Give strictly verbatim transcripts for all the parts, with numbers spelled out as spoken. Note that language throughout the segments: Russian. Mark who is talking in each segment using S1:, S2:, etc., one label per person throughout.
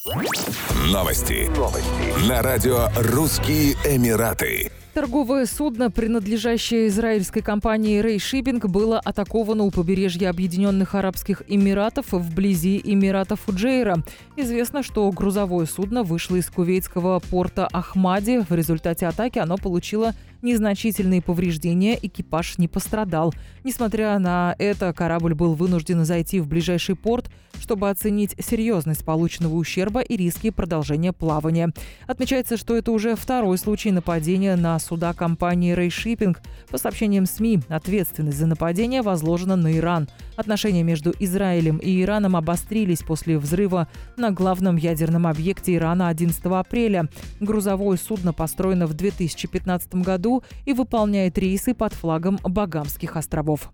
S1: Новости. Новости. На радио «Русские Эмираты».
S2: Торговое судно, принадлежащее израильской компании Ray Shipping, было атаковано у побережья Объединенных Арабских Эмиратов вблизи Эмирата Фуджейра. Известно, что грузовое судно вышло из кувейтского порта Ахмади. В результате атаки оно получило незначительные повреждения, экипаж не пострадал. Несмотря на это, корабль был вынужден зайти в ближайший порт, чтобы оценить серьезность полученного ущерба и риски продолжения плавания. Отмечается, что это уже второй случай нападения на суда компании Ray Shipping. По сообщениям СМИ, ответственность за нападение возложена на Иран. Отношения между Израилем и Ираном обострились после взрыва на главном ядерном объекте Ирана одиннадцатого апреля. Грузовое судно построено в две тысячи пятнадцатом году и выполняет рейсы под флагом Багамских островов.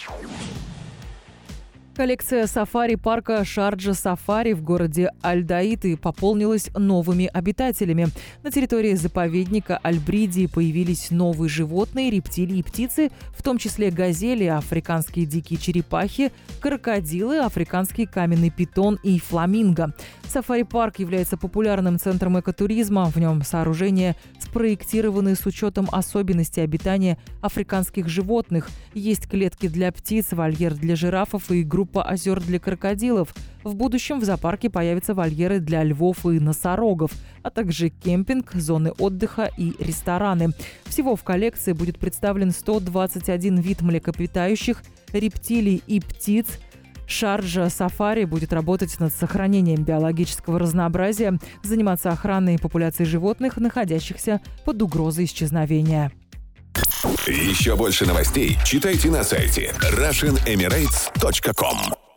S2: Коллекция сафари-парка Шарджа Сафари в городе Аль-Даиты пополнилась новыми обитателями. На территории заповедника Аль-Бриди появились новые животные, рептилии и птицы, в том числе газели, африканские дикие черепахи, крокодилы, африканский каменный питон и фламинго. Сафари-парк является популярным центром экотуризма. В нем сооружения спроектированы с учетом особенностей обитания африканских животных. Есть клетки для птиц, вольер для жирафов и группа озер для крокодилов. В будущем в зоопарке появятся вольеры для львов и носорогов, а также кемпинг, зоны отдыха и рестораны. Всего в коллекции будет представлен сто двадцать один вид млекопитающих, рептилий и птиц. Шарджа Сафари будет работать над сохранением биологического разнообразия, заниматься охраной популяции животных, находящихся под угрозой исчезновения.
S1: Еще больше новостей читайте на сайте Russian Emirates точка ком.